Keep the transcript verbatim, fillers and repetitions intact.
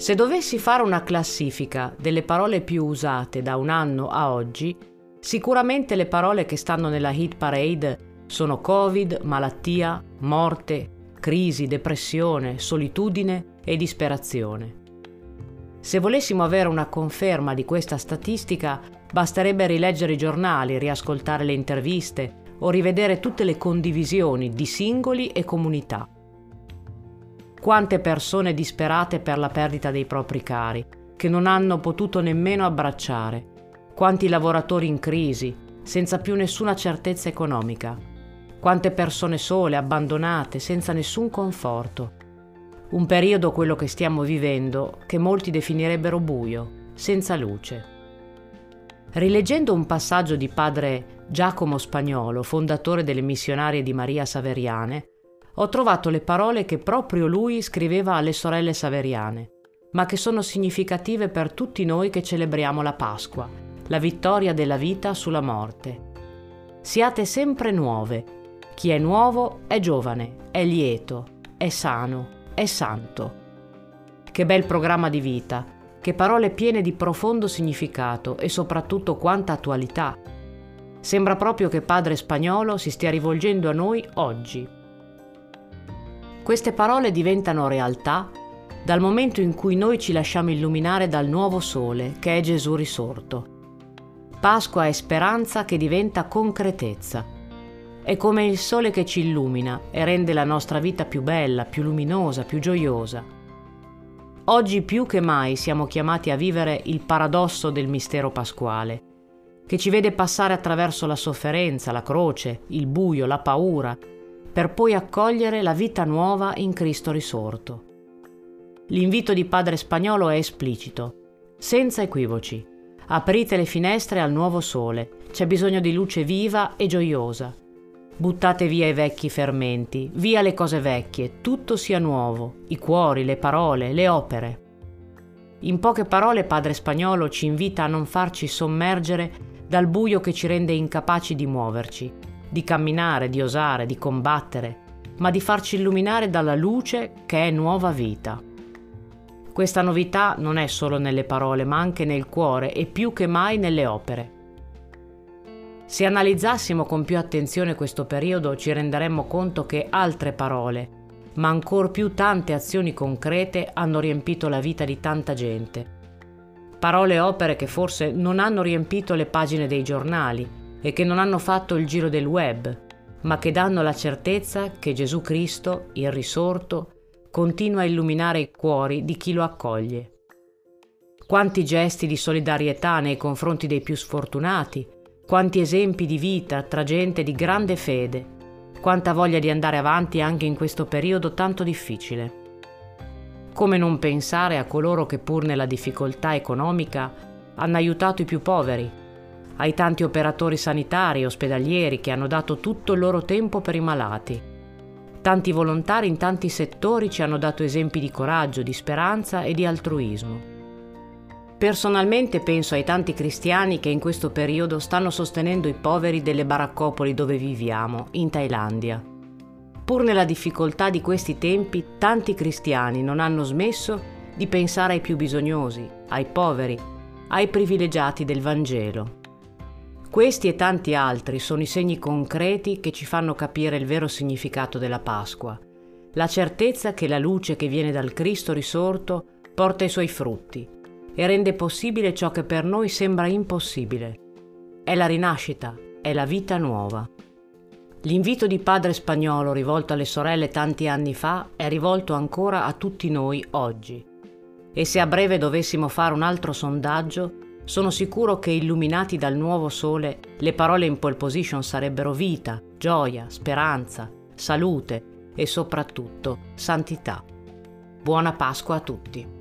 Se dovessi fare una classifica delle parole più usate da un anno a oggi, sicuramente le parole che stanno nella hit parade sono Covid, malattia, morte, crisi, depressione, solitudine e disperazione. Se volessimo avere una conferma di questa statistica, basterebbe rileggere i giornali, riascoltare le interviste o rivedere tutte le condivisioni di singoli e comunità. Quante persone disperate per la perdita dei propri cari, che non hanno potuto nemmeno abbracciare. Quanti lavoratori in crisi, senza più nessuna certezza economica. Quante persone sole, abbandonate, senza nessun conforto. Un periodo, quello che stiamo vivendo, che molti definirebbero buio, senza luce. Rileggendo un passaggio di padre Giacomo Spagnolo, fondatore delle Missionarie di Maria Saveriane, ho trovato le parole che proprio lui scriveva alle sorelle Saveriane, ma che sono significative per tutti noi che celebriamo la Pasqua, la vittoria della vita sulla morte. Siate sempre nuove. Chi è nuovo è giovane, è lieto, è sano, è santo. Che bel programma di vita, che parole piene di profondo significato e soprattutto quanta attualità. Sembra proprio che padre Spagnolo si stia rivolgendo a noi oggi. Queste parole diventano realtà dal momento in cui noi ci lasciamo illuminare dal nuovo sole, che è Gesù risorto. Pasqua è speranza che diventa concretezza. È come il sole che ci illumina e rende la nostra vita più bella, più luminosa, più gioiosa. Oggi più che mai siamo chiamati a vivere il paradosso del mistero pasquale, che ci vede passare attraverso la sofferenza, la croce, il buio, la paura, per poi accogliere la vita nuova in Cristo risorto. L'invito di padre Spagnolo è esplicito, senza equivoci. Aprite le finestre al nuovo sole, c'è bisogno di luce viva e gioiosa. Buttate via i vecchi fermenti, via le cose vecchie, tutto sia nuovo, i cuori, le parole, le opere. In poche parole padre Spagnolo ci invita a non farci sommergere dal buio che ci rende incapaci di muoverci, di camminare, di osare, di combattere, ma di farci illuminare dalla luce che è nuova vita. Questa novità non è solo nelle parole, ma anche nel cuore e più che mai nelle opere. Se analizzassimo con più attenzione questo periodo, ci renderemmo conto che altre parole, ma ancor più tante azioni concrete hanno riempito la vita di tanta gente. Parole e opere che forse non hanno riempito le pagine dei giornali e che non hanno fatto il giro del web, ma che danno la certezza che Gesù Cristo, il risorto, continua a illuminare i cuori di chi lo accoglie. Quanti gesti di solidarietà nei confronti dei più sfortunati, quanti esempi di vita tra gente di grande fede, quanta voglia di andare avanti anche in questo periodo tanto difficile. Come non pensare a coloro che pur nella difficoltà economica hanno aiutato i più poveri, ai tanti operatori sanitari e ospedalieri che hanno dato tutto il loro tempo per i malati. Tanti volontari in tanti settori ci hanno dato esempi di coraggio, di speranza e di altruismo. Personalmente penso ai tanti cristiani che in questo periodo stanno sostenendo i poveri delle baraccopoli dove viviamo, in Thailandia. Pur nella difficoltà di questi tempi, tanti cristiani non hanno smesso di pensare ai più bisognosi, ai poveri, ai privilegiati del Vangelo. Questi e tanti altri sono i segni concreti che ci fanno capire il vero significato della Pasqua, la certezza che la luce che viene dal Cristo risorto porta i suoi frutti e rende possibile ciò che per noi sembra impossibile. È la rinascita, è la vita nuova. L'invito di padre Spagnolo rivolto alle sorelle tanti anni fa è rivolto ancora a tutti noi oggi. E se a breve dovessimo fare un altro sondaggio, sono sicuro che illuminati dal nuovo sole le parole in pole position sarebbero vita, gioia, speranza, salute e soprattutto santità. Buona Pasqua a tutti!